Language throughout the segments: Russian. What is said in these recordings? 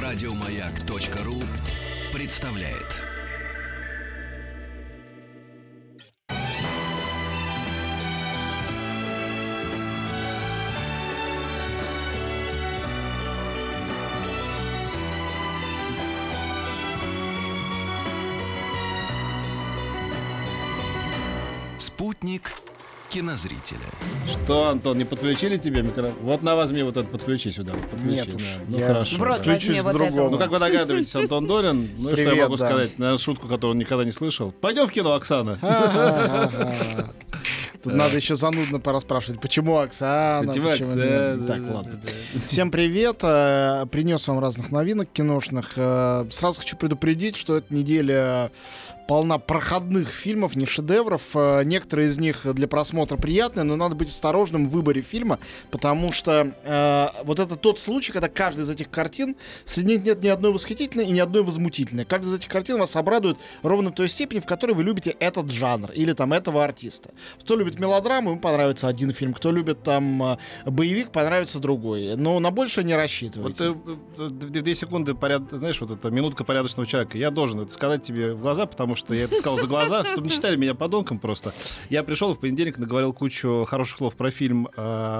Радиомаяк.ру представляет. Спутник кинозрителя. Что, Антон, не подключили тебе микрофон? Вот возьми вот это, подключи сюда. Подключи. Нет уж. Ну хорошо. В рот возьми вот это. Ну, как вы догадываетесь, Антон Долин. Ну, и что я могу сказать? Наверное, шутку, которую он никогда не слышал. Пойдем в кино, Оксана. Тут надо еще занудно порасспрашивать, почему Оксана, почему... Так, ладно. Всем привет. Принес вам разных новинок киношных. Сразу хочу предупредить, что эта неделя полна проходных фильмов, не шедевров. Некоторые из них для просмотра приятные, но надо быть осторожным в выборе фильма, потому что вот это тот случай, когда каждая из этих картин нет ни одной восхитительной и ни одной возмутительной. Каждая из этих картин вас обрадует ровно в той степени, в которой вы любите этот жанр или там этого артиста. Кто любит мелодраму, ему понравится один фильм. Кто любит там боевик, понравится другой. Но на больше не рассчитывайте. Вот 2 секунды, знаешь, вот эта минутка порядочного человека. Я должен это сказать тебе в глаза, потому что я это сказал за глаза, чтобы не считали меня подонком просто. Я пришел и в понедельник наговорил кучу хороших слов про фильм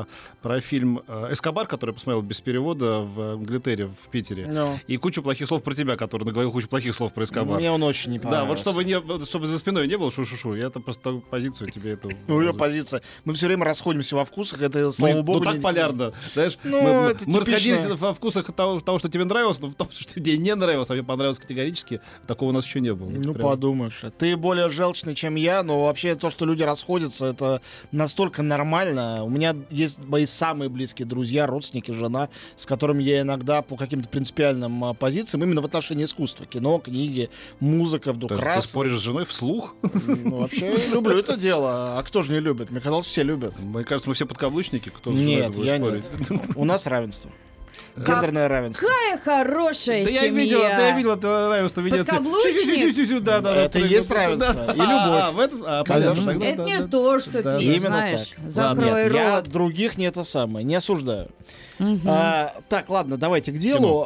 «Эскобар», который я посмотрел без перевода в Англитере, в Питере. И кучу плохих слов про тебя, который наговорил кучу плохих слов про «Эскобар». Мне он очень не понравился. Да, вот чтобы за спиной не было шу-шу-шу, я это просто позицию тебе эту... позиция. Мы все время расходимся во вкусах, это, слава богу... Ну, так полярно, знаешь. Мы расходились во вкусах того, что тебе нравилось, но в том, что тебе не нравилось, а мне понравилось категорически, такого у нас еще не было. Ну, подумаешь. Ты более желчный, чем я, но вообще то, что люди расходятся, это настолько нормально. У меня есть мои самые близкие друзья, родственники, жена, с которыми я иногда по каким-то принципиальным позициям, именно в отношении искусства, кино, книги, музыка, вдруг раз... Ты споришь с женой вслух? Ну, вообще, люблю это дело. А кто же не любит? Мне казалось, все любят. Мне кажется, мы все подкаблучники, кто нет, я спорить. Нет. У нас равенство. Гендерное равенство. Какая хорошая семья. Я видел это равенство. Подкаблучник? Да, это и есть равенство. И любовь. Это не то, что ты знаешь. Закрой рот. Я других не не осуждаю. Так, ладно, давайте к делу.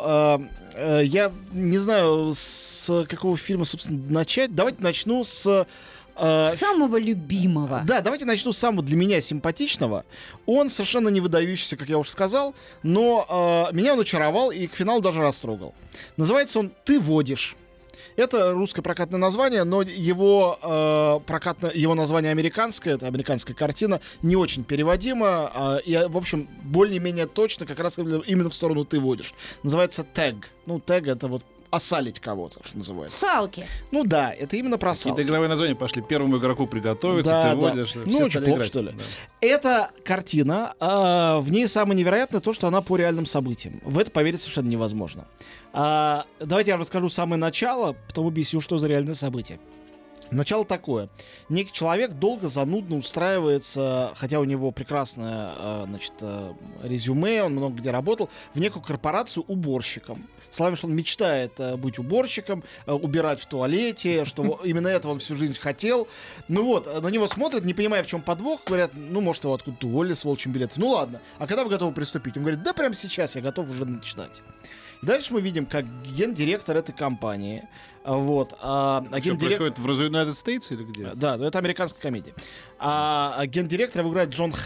Я не знаю, с какого фильма, собственно, начать. Давайте начну с... самого любимого. Да, давайте начну с самого для меня симпатичного. Он совершенно не выдающийся, как я уже сказал, но меня он очаровал и к финалу даже растрогал. Называется он «Ты водишь». Это русское прокатное название, но его название американское, это американская картина, не очень переводимо, и, в общем, более-менее точно как раз именно в сторону «Ты водишь». Называется «Тэг». Ну, «Тэг» — это вот осалить кого-то, что называется. Салки. Ну да, это именно про салки. Какие-то игровые названия пошли. Первому игроку приготовиться, да, ты водишь. Ну, очень плохо, что ли. Да. Эта картина, в ней самое невероятное то, что она по реальным событиям. В это поверить совершенно невозможно. Давайте я расскажу самое начало, потом объясню, что за реальные события. Начало такое. Некий человек долго, занудно устраивается, хотя у него прекрасное, резюме, он много где работал, в некую корпорацию уборщиком. Славим, что он мечтает быть уборщиком, убирать в туалете, что именно этого он всю жизнь хотел. Ну вот, на него смотрят, не понимая, в чем подвох, говорят, ну, может, его откуда-то уволили с волчьим билетом. Ну ладно, а когда вы готовы приступить? Он говорит, да прямо сейчас я готов уже начинать. Дальше мы видим, как гендиректор этой компании, вот, Все происходит в United States или где? Да, это американская комедия. Гендиректор его играет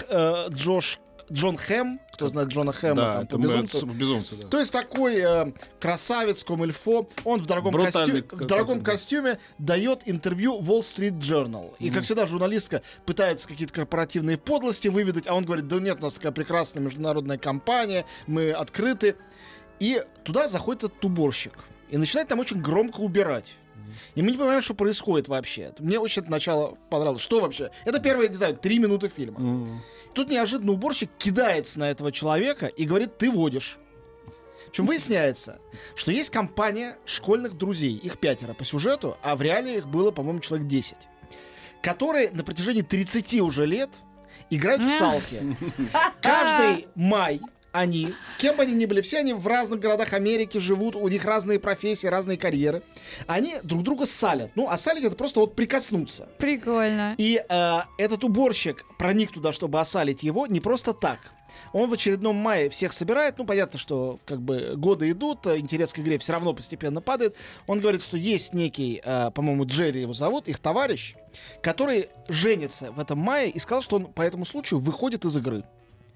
Джон Хэм, кто знает Джона Хэма, да, там, по безумцу, да. То есть такой красавец, комильфо, он в дорогом костюме дает интервью Wall Street Journal. И, как всегда, журналистка пытается какие-то корпоративные подлости выведать, а он говорит, да нет, у нас такая прекрасная международная компания, мы открыты. И туда заходит этот уборщик и начинает там очень громко убирать. И мы не понимаем, что происходит вообще. Мне очень это начало понравилось. Что вообще? Это первые, не знаю, 3 минуты фильма. Тут неожиданно уборщик кидается на этого человека и говорит, ты водишь. Причем выясняется, что есть компания школьных друзей, их 5 по сюжету, а в реале их было, по-моему, человек 10, которые на протяжении 30 уже лет играют в салки. Каждый май они, кем бы они ни были, все они в разных городах Америки живут, у них разные профессии, разные карьеры. Они друг друга салят. Ну, а салить — это просто вот прикоснуться. Прикольно. И этот уборщик проник туда, чтобы осалить его, не просто так. Он в очередном мае всех собирает. Ну, понятно, что как бы годы идут, интерес к игре все равно постепенно падает. Он говорит, что есть некий, по-моему, Джерри его зовут, их товарищ, который женится в этом мае и сказал, что он по этому случаю выходит из игры.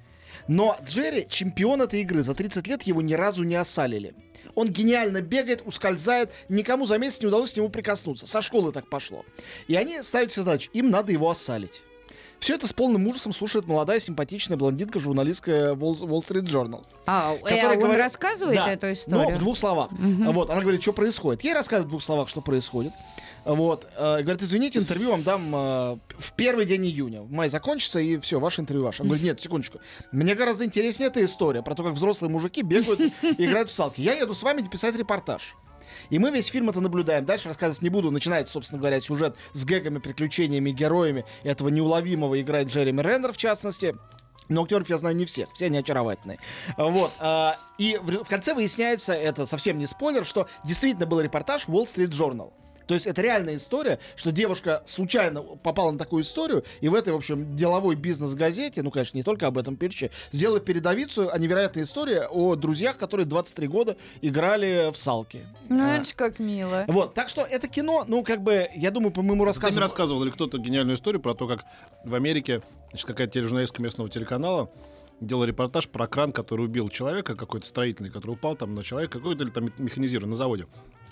Но Джерри чемпион этой игры. За 30 лет его ни разу не осалили. Он гениально бегает, ускользает, никому за месяц не удалось к нему прикоснуться. Со школы так пошло. И они ставят себе задачу, им надо его осалить. Все это с полным ужасом слушает молодая симпатичная блондинка, журналистка Wall Street Journal. Он рассказывает эту историю? Но в 2 словах. Вот, она говорит, что происходит. Ей рассказывает в 2 словах, что происходит. Вот. Говорит, извините, интервью вам дам в первый день июня. Май закончится, и все, ваше интервью ваше. Он говорит, нет, секундочку. Мне гораздо интереснее эта история про то, как взрослые мужики бегают и играют в салки. Я еду с вами писать репортаж. И мы весь фильм это наблюдаем. Дальше рассказывать не буду. Начинается, собственно говоря, сюжет с гэгами, приключениями, героями этого неуловимого играет Джереми Реннер, в частности. Но актеров я знаю не всех, все они очаровательные. Вот. И в конце выясняется, это совсем не спойлер, что действительно был репортаж Wall Street Journal. То есть это реальная история, что девушка случайно попала на такую историю, и в этой, в общем, деловой бизнес-газете, ну, конечно, не только об этом пишет, сделала передовицу о невероятной истории о друзьях, которые 23 года играли в салки. Ну, это ж как мило. Вот, так что это кино, ну, как бы, я думаю, по моему рассказу... Ты мне рассказывал или кто-то гениальную историю про то, как в Америке, значит, какая-то тележурналистка местного телеканала делала репортаж про кран, который убил человека, какой-то строительный, который упал там на человека, какой-то или там механизированный на заводе.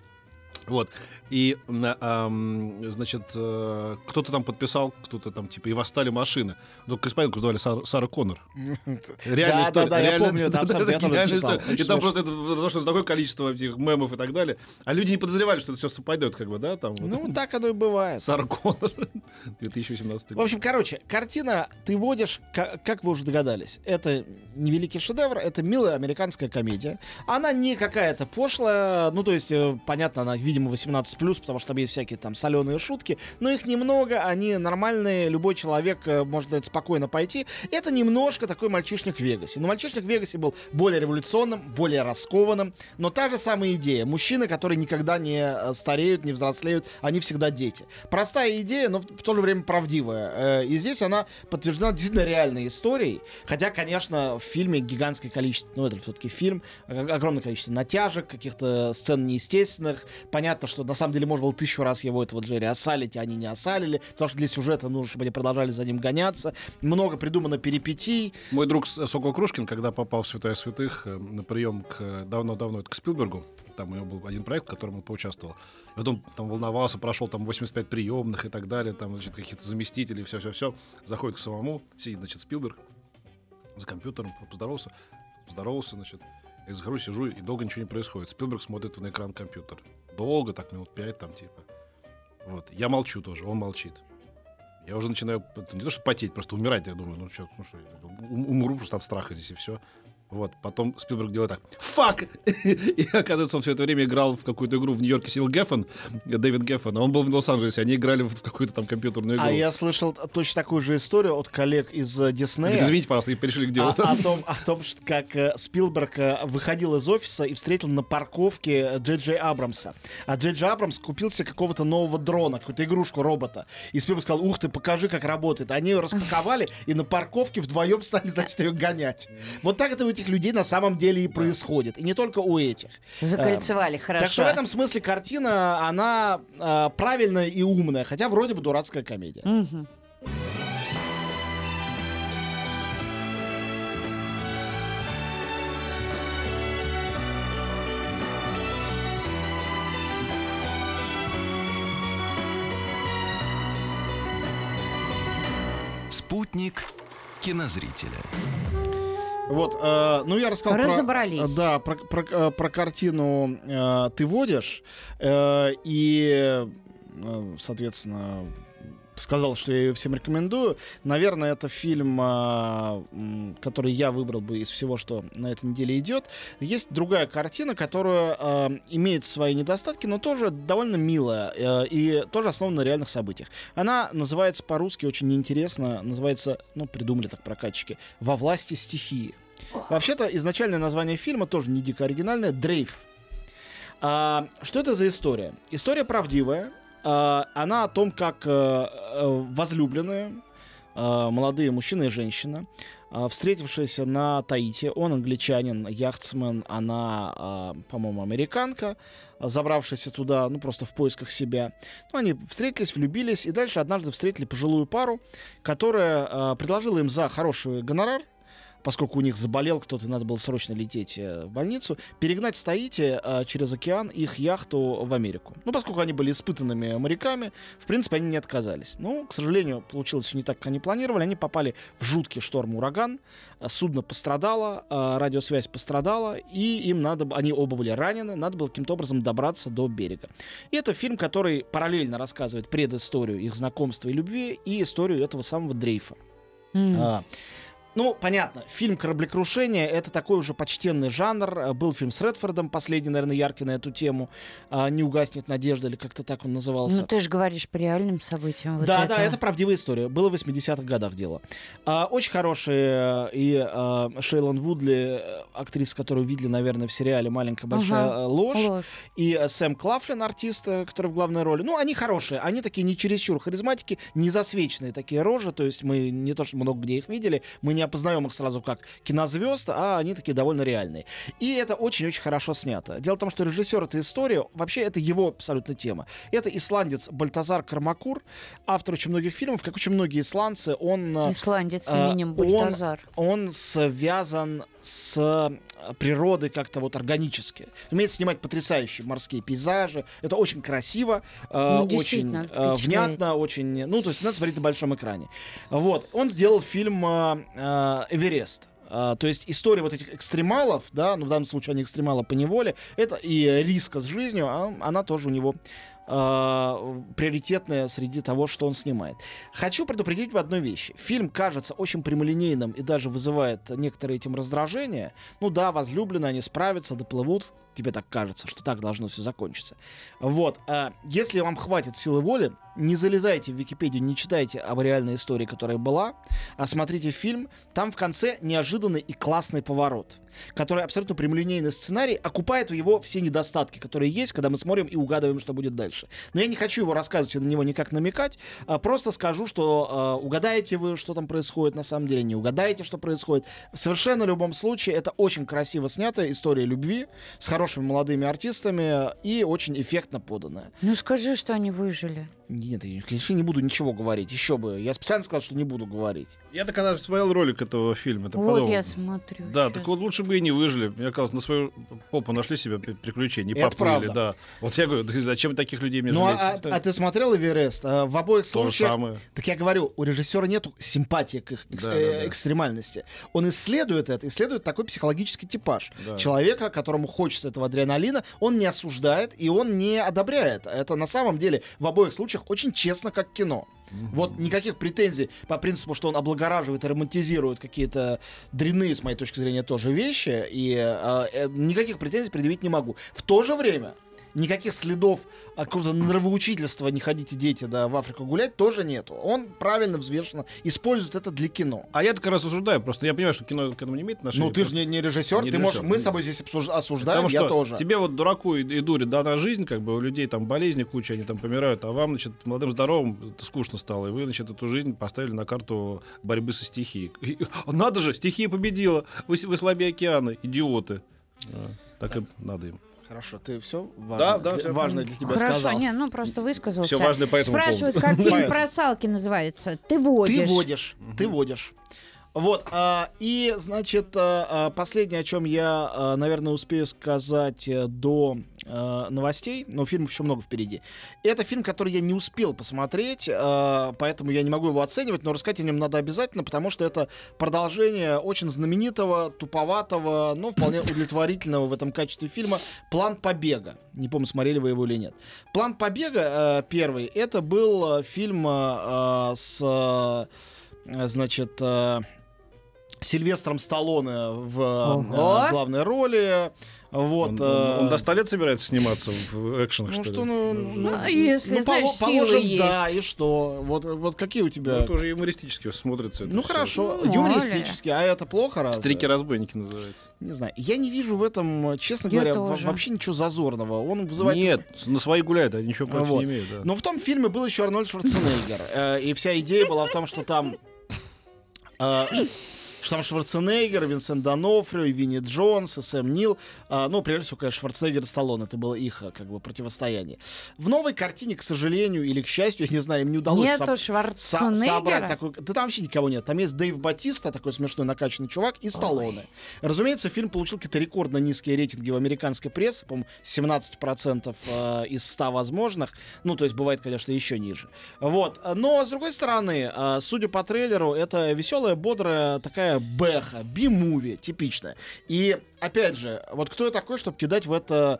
Вот. И, значит, кто-то там подписал, кто-то там, типа, и восстали машины. Но корреспондентку звали Сара Коннор. Реальная история. Да, я помню, да, абсолютно. И там просто зашло такое количество этих мемов и так далее. А люди не подозревали, что это все совпадет, как бы, да? Там, ну, вот. Так оно и бывает. Сара Коннор, 2018 год. В общем, короче, картина «Ты водишь», как вы уже догадались, это не великий шедевр, это милая американская комедия. Она не какая-то пошлая, ну, то есть, понятно, она, видимо, 18+, потому что там есть всякие там соленые шутки, но их немного, они нормальные, любой человек может на это спокойно пойти. Это немножко такой «Мальчишник в Вегасе». Но «Мальчишник в Вегасе» был более революционным, более раскованным, но та же самая идея. Мужчины, которые никогда не стареют, не взрослеют, они всегда дети. Простая идея, но в то же время правдивая. И здесь она подтверждена действительно реальной историей, хотя, конечно, в фильме гигантское количество, ну это все-таки фильм, огромное количество натяжек, каких-то сцен неестественных. Понятно, что на самом деле можно было 1000 раз его, этого Джерри, осалить, а они не осалили, потому что для сюжета нужно, чтобы они продолжали за ним гоняться. Много придумано перипетий. Мой друг Сокол Крушкин, когда попал в «Святая святых» на прием давно-давно к Спилбергу, там у него был один проект, в котором он поучаствовал. И потом там волновался, прошел там 85 приемных и так далее, там, значит, каких-то заместителей, все. Заходит к самому, сидит, значит, Спилберг за компьютером, поздоровался, значит. Я захожу, сижу, и долго ничего не происходит. Спилберг смотрит на экран компьютера. Долго, так минут 5 там, типа. Вот. Я молчу тоже, он молчит. Я уже начинаю, не то что потеть, просто умирать. Я думаю, ну что, умру просто от страха здесь и все. Вот, потом Спилберг делает так: «Фак!» И оказывается, он все это время играл в какую-то игру в Нью-Йорке, сидел Дэвид Геффен, а он был в Лос-Анджелесе, они играли в какую-то там компьютерную игру. А я слышал точно такую же историю от коллег из Диснея. Извините, пожалуйста, и перешли к делу. О том, что как Спилберг выходил из офиса и встретил на парковке Джей Джей Абрамса. А Джей Джей Абрамс купил себе какого-то нового дрона, какую-то игрушку робота. И Спилберг сказал: «Ух ты, покажи, как работает». Они ее распаковали и на парковке вдвоем стали, значит, ее гонять. Вот так это у этих людей на самом деле и происходит. И не только у этих. Закольцевали, хорошо. Так что в этом смысле картина, она правильная и умная, хотя вроде бы дурацкая комедия. Угу. Спутник кинозрителя. Вот, ну я рассказал про картину «Ты водишь», и, соответственно, сказал, что я ее всем рекомендую. Наверное, это фильм, который я выбрал бы из всего, что на этой неделе идет. Есть другая картина, которая имеет свои недостатки, но тоже довольно милая и тоже основана на реальных событиях. Она называется по-русски очень неинтересно, называется, ну, придумали так прокатчики, «Во власти стихии». Вообще-то изначальное название фильма тоже не дико оригинальное — «Дрейф». Что это за история? История правдивая. Она о том, как возлюбленные, молодые мужчина и женщина, встретившиеся на Таити. Он англичанин, яхтсмен, она, по-моему, американка, забравшаяся туда, ну, просто в поисках себя. Ну, они встретились, влюбились, и дальше однажды встретили пожилую пару, которая предложила им за хороший гонорар, поскольку у них заболел кто-то, надо было срочно лететь в больницу, перегнать с Таити через океан их яхту в Америку. Ну, поскольку они были испытанными моряками, в принципе, они не отказались. Ну, к сожалению, получилось все не так, как они планировали. Они попали в жуткий шторм-ураган, судно пострадало, радиосвязь пострадала, и им они оба были ранены, надо было каким-то образом добраться до берега. И это фильм, который параллельно рассказывает предысторию их знакомства и любви и историю этого самого дрейфа. Ну, понятно, фильм «Кораблекрушение» — это такой уже почтенный жанр. Был фильм с Редфордом, последний, наверное, яркий на эту тему. «Не угаснет надежда», или как-то так он назывался. Ну, ты же говоришь по реальным событиям. Да, это правдивая история. Было в 80-х годах дело. Очень хорошие и Шейлон Вудли, актриса, которую видели, наверное, в сериале «Маленькая большая ложь», и Сэм Клафлин, артист, который в главной роли. Ну, они хорошие, они такие не чересчур харизматики, не засвеченные такие рожи, то есть мы не то, что много где их видели, мы не опознаем их сразу как кинозвезд, а они такие довольно реальные. И это очень-очень хорошо снято. Дело в том, что режиссер этой истории, вообще это его абсолютно тема. Это исландец Бальтазар Кармакур, автор очень многих фильмов, как очень многие исландцы. Исландец именем Бальтазар. Он связан с природой как-то вот органически. Умеет снимать потрясающие морские пейзажи. Это очень красиво, очень внятно, очень... Ну, то есть надо смотреть на большом экране. Вот. Он сделал фильм «Эверест». То есть история вот этих экстремалов, да, ну в данном случае они экстремалы по неволе, это и риска с жизнью, она тоже у него приоритетная среди того, что он снимает. Хочу предупредить в одной вещи. Фильм кажется очень прямолинейным и даже вызывает некоторые этим раздражение. Ну да, возлюбленные, они справятся, доплывут. Тебе так кажется, что так должно все закончиться. Вот. Если вам хватит силы воли, не залезайте в Википедию, не читайте об реальной истории, которая была, а смотрите фильм. Там в конце неожиданный и классный поворот, который абсолютно прямолинейный сценарий, окупает его все недостатки, которые есть, когда мы смотрим и угадываем, что будет дальше. Но я не хочу его рассказывать и на него никак намекать, просто скажу, что угадаете вы, что там происходит на самом деле, не угадаете, что происходит. В совершенно любом случае, это очень красиво снятая история любви с хорошими молодыми артистами и очень эффектно поданная. Ну скажи, что они выжили. Нет, я, конечно, не буду ничего говорить. Еще бы. Я специально сказал, что не буду говорить. Я-то когда смотрел ролик этого фильма, вот подумал, я смотрю. Да, сейчас. Так вот лучше бы и не выжили. Мне казалось, на свою попу нашли себе приключения, не поплыли. Да. Вот я говорю, зачем таких людей мне жалеть? А ты смотрел «Эверест»? В обоих случаях... То же самое. Так я говорю, у режиссера нету симпатии к их экстремальности. Он исследует это, исследует такой психологический типаж. Да. Человека, которому хочется этого адреналина, он не осуждает и он не одобряет. Это на самом деле в обоих случаях очень честно, как кино. Вот никаких претензий по принципу, что он облагораживает и романтизирует какие-то дрянные, с моей точки зрения, тоже вещи, и никаких претензий предъявить не могу. В то же время никаких следов какого-то нравоучительства «не ходите, дети, да, в Африку гулять» тоже нету. Он правильно, взвешенно использует это для кино. А я как раз осуждаю. Просто я понимаю, что кино к этому не имеет отношения. Ну, ты же не режиссер. Не ты режиссер. Мы с тобой здесь осуждаем, потому я что тоже. Тебе вот дураку и дуре дана жизнь, как бы у людей там болезни куча, они там помирают, а вам, значит, молодым здоровым скучно стало, и вы, значит, эту жизнь поставили на карту борьбы со стихией. Надо же, стихия победила. Вы слабее океана, идиоты. Так и надо им. Хорошо, ты все важное для тебя сказал. Хорошо, не, ну просто высказался. Все важное по этому Спрашивают, как фильм про Салки называется. Ты водишь. Ты водишь. Вот, и, значит, последнее, о чем я, наверное, успею сказать до новостей, но фильмов еще много впереди. Это фильм, который я не успел посмотреть, поэтому я не могу его оценивать, но рассказать о нем надо обязательно, потому что это продолжение очень знаменитого, туповатого, но вполне удовлетворительного в этом качестве фильма «План побега». Не помню, смотрели вы его или нет. «План побега» первый, это был фильм с, значит... Сильвестром Сталлоне в главной роли. Вот, он до 100 лет собирается сниматься в экшенах, что ли? Если, знаешь, силы есть. Да, и что? Вот какие у тебя... Это уже юмористически смотрится. Ну хорошо, юмористически, а это плохо разве? «Старики-разбойники» называется. Не знаю, я не вижу в этом, честно говоря, вообще ничего зазорного. Он вызывает... Нет, на свои гуляют, они ничего против не имеют. Да. Но в том фильме был еще Арнольд Шварценеггер. И вся идея была в том, что там... что там Шварценеггер, Винсент Донофрио, и Винни Джонс, и Сэм Нил. Ну, прежде всего, конечно, Шварценеггер и Сталлоне. Это было их как бы противостояние. В новой картине, к сожалению, или к счастью, я не знаю, им не удалось собрать такой... Да там вообще никого нет. Там есть Дэйв Батиста, такой смешной накачанный чувак, и Сталлоне. Разумеется, фильм получил какие-то рекордно низкие рейтинги в американской прессе, по-моему, 17% из 100 возможных. Ну, то есть бывает, конечно, еще ниже. Вот. Но, с другой стороны, судя по трейлеру, это веселая, бодрая такая бэха, би-муви, типичная. И, опять же, вот кто я такой, чтобы кидать в это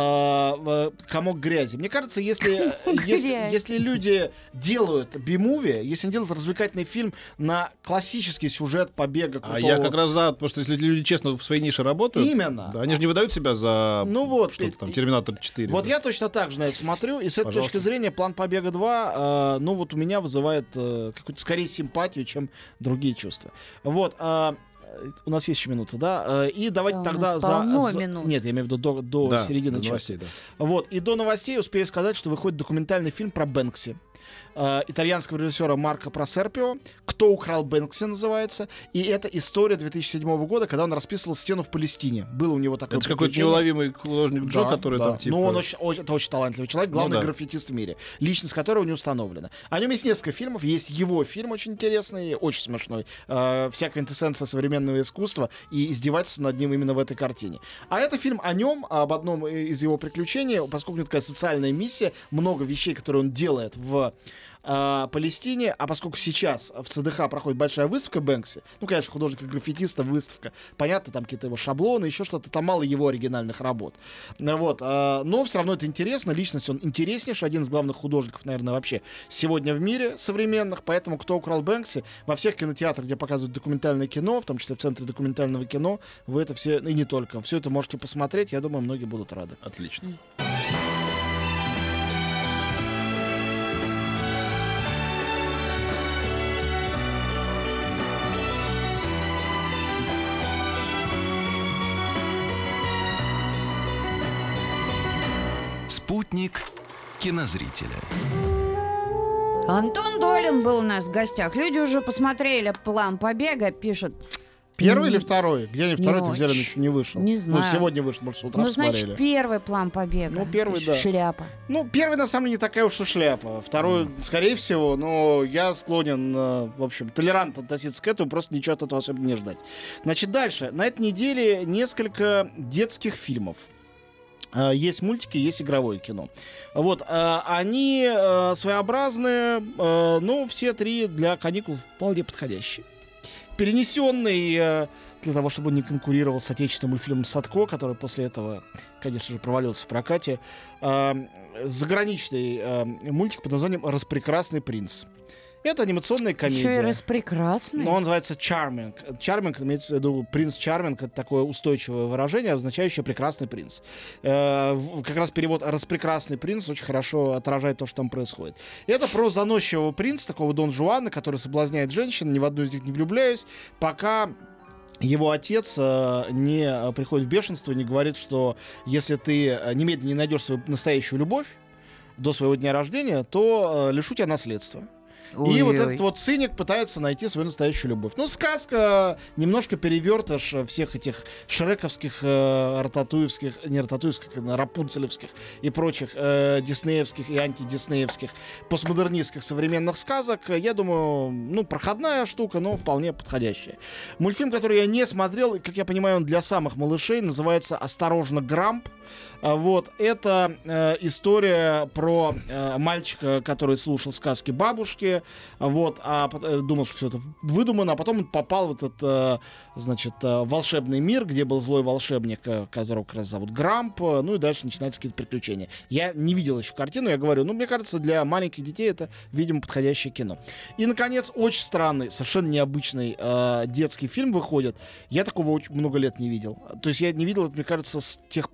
комок грязи? Мне кажется, если люди делают би-муви, если они делают развлекательный фильм на классический сюжет побега крутого... А я как раз за, потому что если люди честно в своей нише работают... Именно. Да, они же не выдают себя за что-то там, Терминатор 4. Вот я точно так же на это смотрю, и с этой точки зрения «План побега 2», ну вот у меня вызывает какую-то скорее симпатию, чем другие чувства. Вот. У нас есть еще минута, да? И давайте тогда Нет, я имею в виду до середины часа. Да. Вот. И до новостей успею сказать, что выходит документальный фильм про Бэнкси. Итальянского режиссера Марко Просерпио. «Кто украл Бэнкси» называется. И это история 2007 года, когда он расписывал стену в Палестине. Было у него такое... Это какой-то неуловимый художник Джо, который там типа... Ну, он это очень талантливый человек, главный граффитист в мире, личность которого не установлена. О нем есть несколько фильмов. Есть его фильм очень интересный, очень смешной. Вся квинтэссенция современного искусства и издевательство над ним именно в этой картине. А это фильм о нем, об одном из его приключений, поскольку у него такая социальная миссия, много вещей, которые он делает в Палестине, а поскольку сейчас в ЦДХ проходит большая выставка Бэнкси, ну, конечно, художника-граффитиста выставка, понятно, там какие-то его шаблоны, еще что-то, там мало его оригинальных работ. Вот, но все равно это интересно, личность он интереснейший, один из главных художников, наверное, вообще сегодня в мире современных, поэтому «Кто украл Бэнкси» во всех кинотеатрах, где показывают документальное кино, в том числе в Центре документального кино, вы это все, и не только, все это можете посмотреть, я думаю, многие будут рады. Отлично. Спутник кинозрителя. Антон Долин был у нас в гостях. Люди уже посмотрели «План побега», пишут. Первый или второй? Где они второй? Ты взяли, он еще не вышел. Не знаю. Ну, сегодня вышел, может, с утра посмотрели. Значит, первый «План побега». Ну, первый, да. Шляпа. Ну, первый, на самом деле, не такая уж и шляпа. Второй, скорее всего, но я склонен, в общем, толерантно относиться к этому, просто ничего от этого особенно не ждать. Значит, дальше. На этой неделе несколько детских фильмов. Есть мультики, есть игровое кино. Вот, они своеобразные, но все три для каникул вполне подходящие. Перенесенный для того, чтобы он не конкурировал с отечественным мультфильмом «Садко», который после этого, конечно же, провалился в прокате. Заграничный мультик под названием «Распрекрасный принц». Это анимационная комедия. Еще и распрекрасный. Но он называется Charming. Charming, имеется в виду принц Charming, это такое устойчивое выражение, означающее прекрасный принц. Как раз перевод «распрекрасный принц» очень хорошо отражает то, что там происходит. И это про заносчивого принца, такого Дон Жуана, который соблазняет женщин, ни в одну из них не влюбляюсь, пока его отец не приходит в бешенство и не говорит, что если ты немедленно не найдешь свою настоящую любовь до своего дня рождения, то лишу тебя наследства. И вот этот вот циник пытается найти свою настоящую любовь. Ну, сказка, немножко перевертыш всех этих шрековских, рататуевских, не рататуевских, рапунцелевских и прочих диснеевских и антидиснеевских постмодернистских современных сказок. Я думаю, ну, проходная штука, но вполне подходящая. Мультфильм, который я не смотрел, как я понимаю, он для самых малышей, называется «Осторожно, Грамп». Вот, это история про мальчика, который слушал сказки бабушки, вот, думал, что все это выдумано, а потом он попал в этот, значит, волшебный мир, где был злой волшебник, которого как раз зовут Грамп, ну и дальше начинаются какие-то приключения. Я не видел еще картину, я говорю, ну, мне кажется, для маленьких детей это, видимо, подходящее кино. И, наконец, очень странный, совершенно необычный детский фильм выходит. Я такого очень много лет не видел. То есть я не видел это, мне кажется, с тех пор, как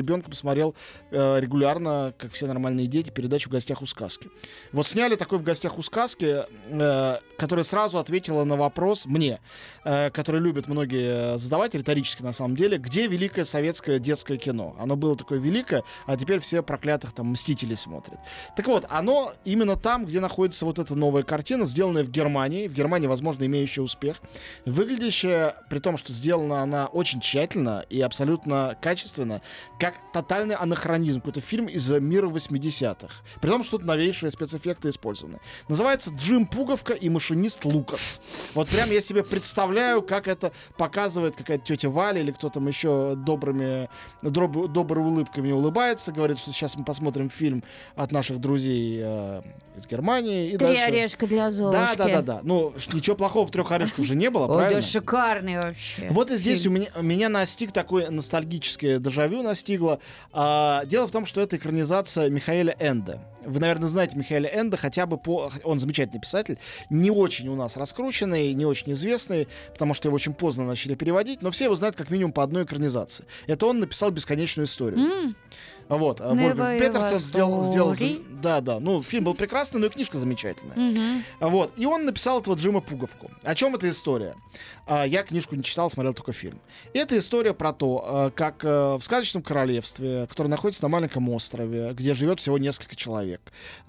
ребенком смотрел регулярно, как все нормальные дети, передачу «В гостях у сказки». Вот сняли такой «В гостях у сказки», которая сразу ответила на вопрос мне, который любят многие задавать, риторически на самом деле, где великое советское детское кино? Оно было такое великое, а теперь все проклятых там «Мстителей» смотрят. Так вот, оно именно там, где находится вот эта новая картина, сделанная в Германии, возможно, имеющая успех, выглядящая, при том, что сделана она очень тщательно и абсолютно качественно, как тотальный анахронизм, какой-то фильм из мира 80-х. При том, что тут новейшие спецэффекты использованы. Называется «Джим Пуговка и машинист Лукас». Вот прям я себе представляю, как это показывает какая-то тетя Валя или кто там еще добрыми улыбками улыбается, говорит, что сейчас мы посмотрим фильм от наших друзей из Германии. И «Три дальше... орешка для Золушки». Да. Ну, ничего плохого в «Трех орешках» уже не было, Ой, правильно? да шикарный вообще. Вот и здесь фильм. меня настиг такой ностальгическое дежавю настигло. Дело в том, что это экранизация Михаэля Энде. Вы, наверное, знаете Михаэля Энде хотя бы Он замечательный писатель, не очень у нас раскрученный, не очень известный, потому что его очень поздно начали переводить, но все его знают как минимум по одной экранизации. Это он написал «Бесконечную историю». Вот. Ворбин Петерсон сделал... Да. Ну, фильм был прекрасный, но и книжка замечательная. Вот. И он написал этого Джима Пуговку. О чем эта история? Я книжку не читал, смотрел только фильм. Это история про то, как в сказочном королевстве, которое находится на маленьком острове, где живет всего несколько человек,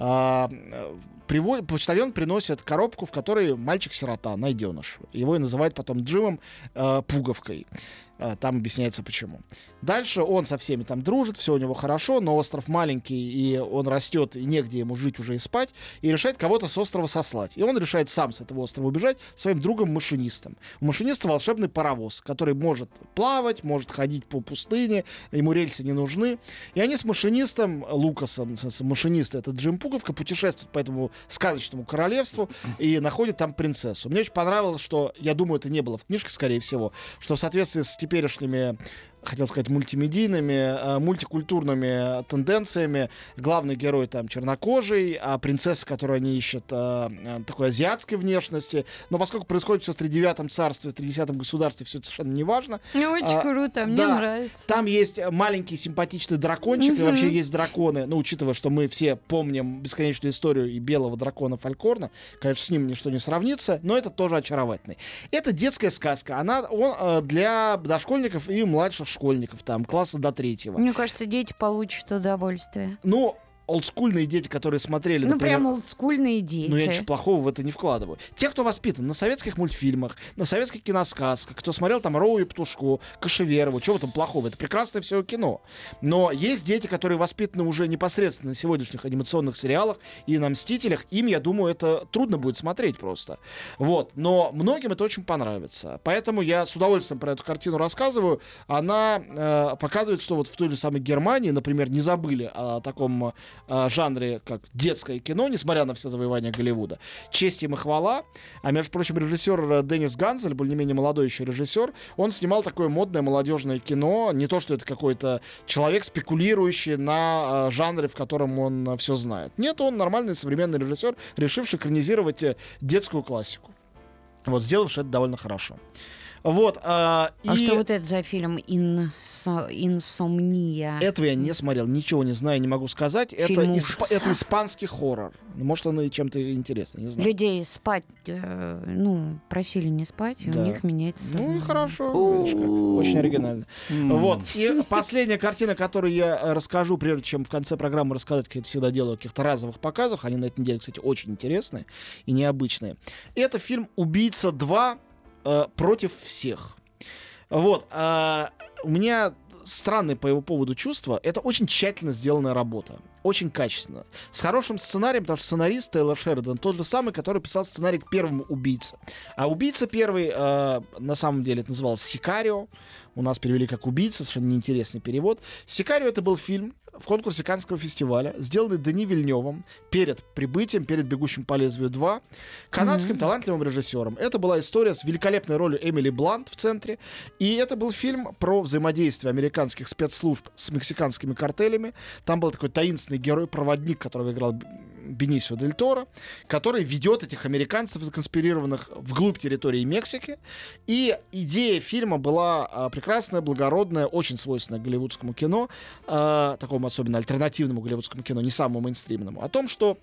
почтальон приносит коробку, в которой мальчик-сирота, найденыш. Его и называют потом Джимом Пуговкой. Там объясняется почему. Дальше он со всеми там дружит, все у него хорошо, но остров маленький, и он растет, и негде ему жить уже и спать, и решает кого-то с острова сослать. И он решает сам с этого острова убежать своим другом-машинистом. У машиниста волшебный паровоз, который может плавать, может ходить по пустыне, ему рельсы не нужны. И они с машинистом, Лукасом, машинист, это Джим Пуговка, путешествуют по этому сказочному королевству и находят там принцессу. Мне очень понравилось, что, я думаю, это не было в книжке, скорее всего, что в соответствии с теперешними, хотел сказать, мультимедийными, мультикультурными тенденциями. Главный герой там чернокожий, а принцесса, которую они ищут, такой азиатской внешности. Но поскольку происходит все в Тридевятом царстве, в 30-м государстве, все это совершенно не важно. Очень круто, мне нравится. Там есть маленький симпатичный дракончик, и вообще есть драконы. Ну, учитывая, что мы все помним бесконечную историю и белого дракона Фалькорна, конечно, с ним ничто не сравнится, но это тоже очаровательный. Это детская сказка. Он для дошкольников и младших школьников, там, класса до 3-го. Мне кажется, дети получат удовольствие. Ну, олдскульные дети, которые смотрели, ну, например... прям олдскульные дети. Ну, я ничего плохого в это не вкладываю. Те, кто воспитан на советских мультфильмах, на советских киносказках, кто смотрел там Роу и Птушку, Кашеверову, чего в этом плохого? Это прекрасное все кино. Но есть дети, которые воспитаны уже непосредственно на сегодняшних анимационных сериалах и на «Мстителях». Им, я думаю, это трудно будет смотреть просто. Вот. Но многим это очень понравится. Поэтому я с удовольствием про эту картину рассказываю. Она показывает, что вот в той же самой Германии, например, не забыли о таком жанре, как детское кино, несмотря на все завоевания Голливуда. Честь им и хвала. А, между прочим, режиссер Деннис Ганзель, более-менее молодой еще режиссер, он снимал такое модное молодежное кино. Не то, что это какой-то человек, спекулирующий на жанре, в котором он все знает. Нет, он нормальный современный режиссер, решивший экранизировать детскую классику. Вот, сделавший это довольно хорошо. Вот, что вот это за фильм «Инсомния»? Этого я не смотрел, ничего не знаю, не могу сказать. Это испанский хоррор. Может, он и чем-то интересный, не знаю. Людей спать, просили не спать, и у них меняется сознание. Ну, хорошо. Очень оригинально. Вот. И последняя картина, которую я расскажу, прежде чем в конце программы рассказать, как я это всегда делаю, о каких-то разовых показах. Они на этой неделе, кстати, очень интересные и необычные. Это фильм «Убийца 2. Против всех». Вот. У меня странное по его поводу чувство. Это очень тщательно сделанная работа. Очень качественно. С хорошим сценарием, потому что сценарист Тейлор Шеридан тот же самый, который писал сценарий к первому «Убийце». А «Убийца» первый, на самом деле, это называлось «Сикарио». У нас перевели как «Убийца», совершенно неинтересный перевод. «Сикарио» — это был фильм в конкурсе Каннского фестиваля, сделанный Дени Вильнёвым перед прибытием, перед «Бегущим по лезвию 2», канадским талантливым режиссером. Это была история с великолепной ролью Эмили Блант в центре. И это был фильм про взаимодействие американских спецслужб с мексиканскими картелями. Там был такой таинственный таинственный герой-проводник, которого играл Бенисио Дель Торо, который ведет этих американцев, законспирированных вглубь территории Мексики. И идея фильма была прекрасная, благородная, очень свойственная голливудскому кино, такому особенно альтернативному голливудскому кино, не самому мейнстримному, о том, что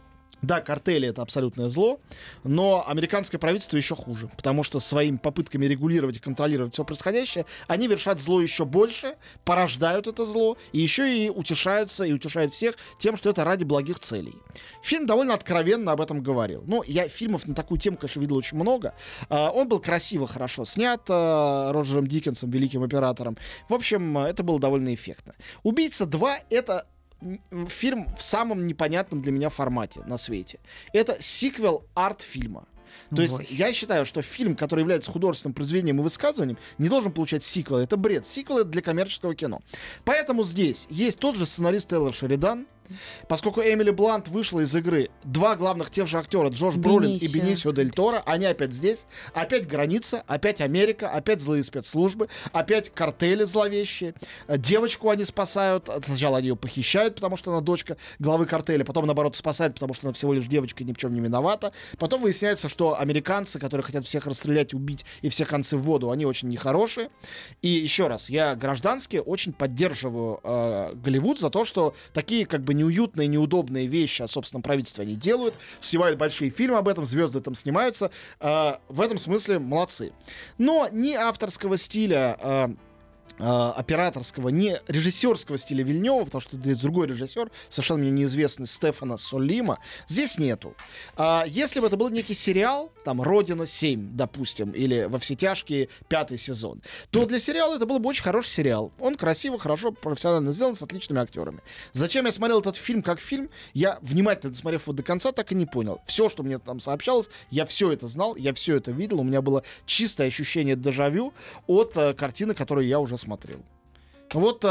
да, картели — это абсолютное зло, но американское правительство еще хуже, потому что своими попытками регулировать и контролировать все происходящее, они вершат зло еще больше, порождают это зло, и еще и утешаются, и утешают всех тем, что это ради благих целей. Фильм довольно откровенно об этом говорил. Ну, я фильмов на такую тему, конечно, видел очень много. Он был красиво, хорошо снят Роджером Диккенсом, великим оператором. В общем, это было довольно эффектно. «Убийца 2» — это фильм в самом непонятном для меня формате на свете. Это сиквел арт-фильма. То есть я считаю, что фильм, который является художественным произведением и высказыванием, не должен получать сиквел. Это бред. Сиквел — это для коммерческого кино. Поэтому здесь есть тот же сценарист Тейлор Шеридан. Поскольку Эмили Блант вышла из игры, два главных тех же актера, Джош Бролин и Бенисио Дель Торо, они опять здесь. Опять граница, опять Америка, опять злые спецслужбы, опять картели зловещие. Девочку они спасают. Сначала они ее похищают, потому что она дочка главы картеля. Потом, наоборот, спасают, потому что она всего лишь девочка и ни в чем не виновата. Потом выясняется, что американцы, которые хотят всех расстрелять, убить и все концы в воду, они очень нехорошие. И еще раз, я граждански очень поддерживаю Голливуд за то, что такие как бы неуютные, неудобные вещи о собственном правительстве они делают, снимают большие фильмы об этом, звезды там снимаются. В этом смысле молодцы. Но ни авторского стиля операторского, не режиссерского стиля Вильнёва, потому что здесь другой режиссер, совершенно мне неизвестный, Стефано Солима, здесь нету. Если бы это был некий сериал, там «Родина 7», допустим, или «Во все тяжкие» 5-й сезон, то для сериала это был бы очень хороший сериал. Он красиво, хорошо, профессионально сделан, с отличными актерами. Зачем я смотрел этот фильм как фильм, я, внимательно досмотрев его до конца, так и не понял. Все, что мне там сообщалось, я все это знал, я все это видел, у меня было чистое ощущение дежавю от картины, которую я уже смотрел. Вот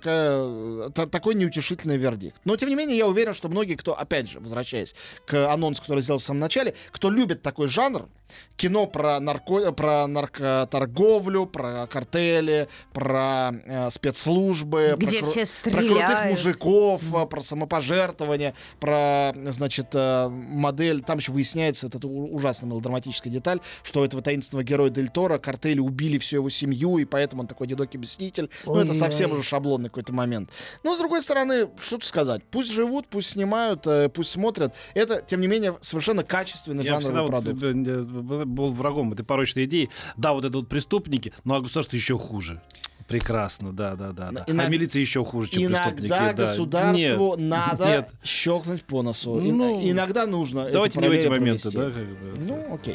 такой неутешительный вердикт. Но, тем не менее, я уверен, что многие, кто, опять же, возвращаясь к анонсу, который я сделал в самом начале, кто любит такой жанр, кино про наркоторговлю, про картели, про спецслужбы, где все про крутых стреляют, мужиков, про самопожертвование, про, значит, модель. Там еще выясняется, это ужасно мелодраматическая деталь, что этого таинственного героя Дель Торо картели убили всю его семью, и поэтому он такой одинокий мститель. Ну, это совсем уже шаблонный какой-то момент. Но, с другой стороны, что тут сказать? Пусть живут, пусть снимают, пусть смотрят. Это, тем не менее, совершенно качественный жанровый продукт. Был врагом этой порочной идеи. Да, вот это вот преступники, ну а государство еще хуже. Прекрасно, да. А милиция еще хуже, чем преступники. Иногда государству надо щелкнуть по носу. Иногда нужно. Давайте не в эти моменты, да? Ну, окей.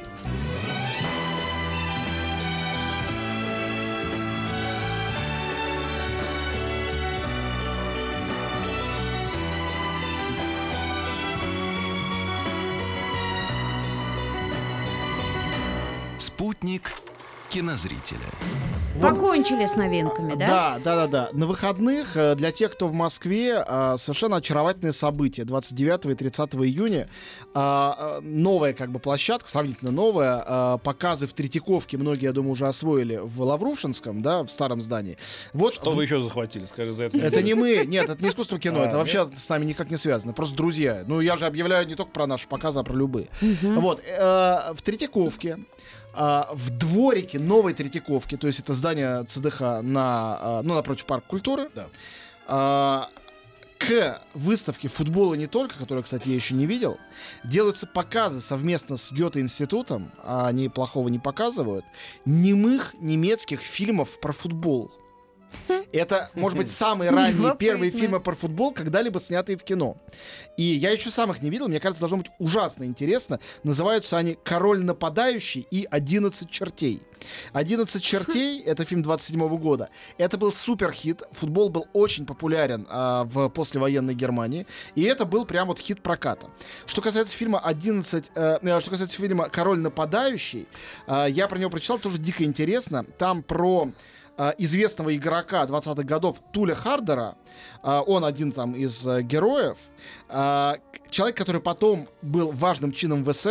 Спутник кинозрителя. Покончили с новинками, да? Да. На выходных для тех, кто в Москве, совершенно очаровательные события. 29 и 30 июня новая как бы площадка, сравнительно новая. Показы в Третьяковке многие, я думаю, уже освоили в Лаврушинском, да, в старом здании. Вот что вы еще захватили, скажи, за это? Это не мы, нет, это не искусство кино, это вообще с нами никак не связано, просто друзья. Ну, я же объявляю не только про наши показы, а про любые. Вот, в Третьяковке, в дворике новой Третьяковки, то есть это здание ЦДХ напротив Парка культуры, к выставке футбола не только, которую, кстати, я еще не видел, делаются показы совместно с Гёте-институтом, они плохого не показывают, немых немецких фильмов про футбол. Это, может быть, самые ранние первые фильмы про футбол, когда-либо снятые в кино. И я еще сам их не видел, мне кажется, должно быть ужасно интересно. Называются они «Король нападающий» и «11 чертей». «11 чертей» — это фильм 27-го года. Это был суперхит. Футбол был очень популярен в послевоенной Германии. И это был прям вот хит проката. Что касается фильма «Король нападающий», я про него прочитал, тоже дико интересно. Там про известного игрока 20-х годов Туля Хардера, он один там из героев, человек, который потом был важным чином в СС,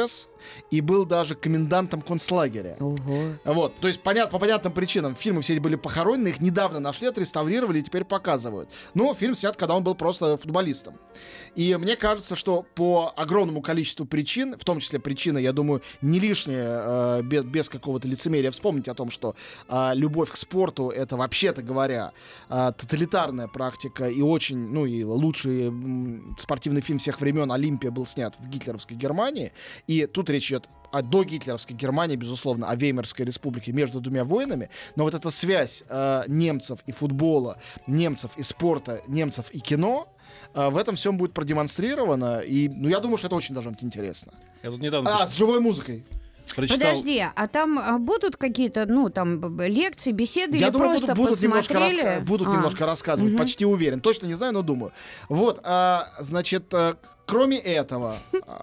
и был даже комендантом концлагеря. Ого. Вот, то есть по понятным причинам фильмы все были похоронены, их недавно нашли, отреставрировали и теперь показывают. Но фильм снят, когда он был просто футболистом. И мне кажется, что по огромному количеству причин, в том числе причина, я думаю, не лишняя, без какого-то лицемерия, вспомнить о том, что любовь к спорту — это, вообще-то говоря, тоталитарная практика и очень, ну и лучший спортивный фильм всех времен «Олимпия» был снят в гитлеровской Германии. И тут речь идет о догитлеровской Германии, безусловно, о Веймарской республике между двумя войнами. Но вот эта связь немцев и футбола, немцев и спорта, немцев и кино, в этом всем будет продемонстрировано. И я думаю, что это очень должно быть интересно. Я тут недавно с живой музыкой. прочитал... Подожди, а там будут какие-то, там лекции, беседы, Я или думаю, просто будут посмотрели? немножко рассказывать, почти уверен. Точно не знаю, но думаю. Вот, значит, кроме этого,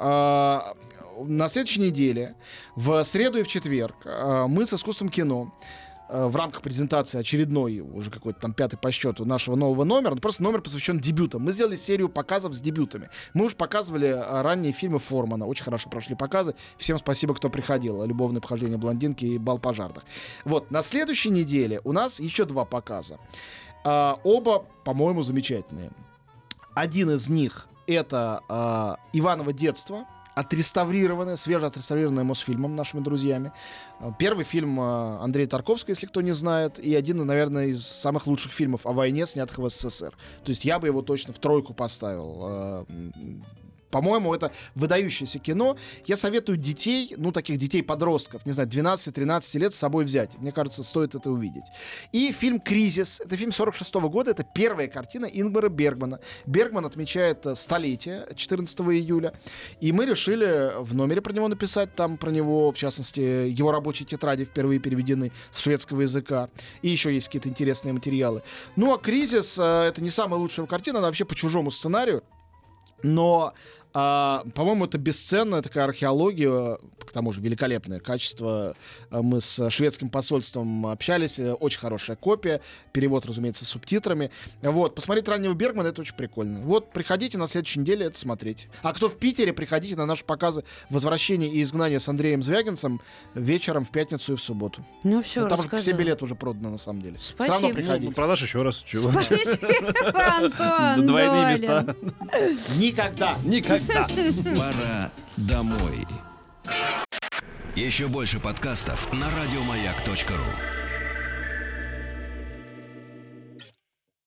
на следующей неделе, в среду и в четверг, мы с «Искусством кино» в рамках презентации очередной, уже какой-то там 5-й по счету нашего нового номера, просто номер посвящен дебютам. Мы сделали серию показов с дебютами. Мы уже показывали ранние фильмы Формана, очень хорошо прошли показы. Всем спасибо, кто приходил. «Любовное похождение блондинки» и «Бал пожарных». Вот, на следующей неделе у нас еще 2 показа. Оба, по-моему, замечательные. Один из них — это «Иваново детство», свежеотреставрированное Мосфильмом, нашими друзьями. Первый фильм Андрея Тарковского, если кто не знает, и один, наверное, из самых лучших фильмов о войне, снятых в СССР. То есть я бы его точно в 3 поставил. По-моему, это выдающееся кино. Я советую детей, таких детей-подростков, не знаю, 12-13 лет с собой взять. Мне кажется, стоит это увидеть. И фильм «Кризис». Это фильм 46-го года. Это первая картина Ингмара Бергмана. Бергман отмечает столетие 14 июля. И мы решили в номере про него написать. Там про него, в частности, его рабочие тетради впервые переведены с шведского языка. И еще есть какие-то интересные материалы. А «Кризис» — это не самая лучшая картина. Она вообще по чужому сценарию. Но по-моему, это бесценная такая археология, к тому же великолепное качество. Мы с шведским посольством общались, очень хорошая копия, перевод, разумеется, с субтитрами. Вот, посмотреть раннего Бергмана — это очень прикольно. Вот, приходите на следующей неделе это смотреть. А кто в Питере, приходите на наши показы «Возвращение и изгнание» с Андреем Звягинцем вечером в пятницу и в субботу. Ну все, там уже все билеты уже проданы, на самом деле. Спасибо. Все равно приходите. Продашь еще раз. Чего? Спасибо, Антон. Двойные места. Никогда. Пора домой. Еще больше подкастов на радиомаяк.ру.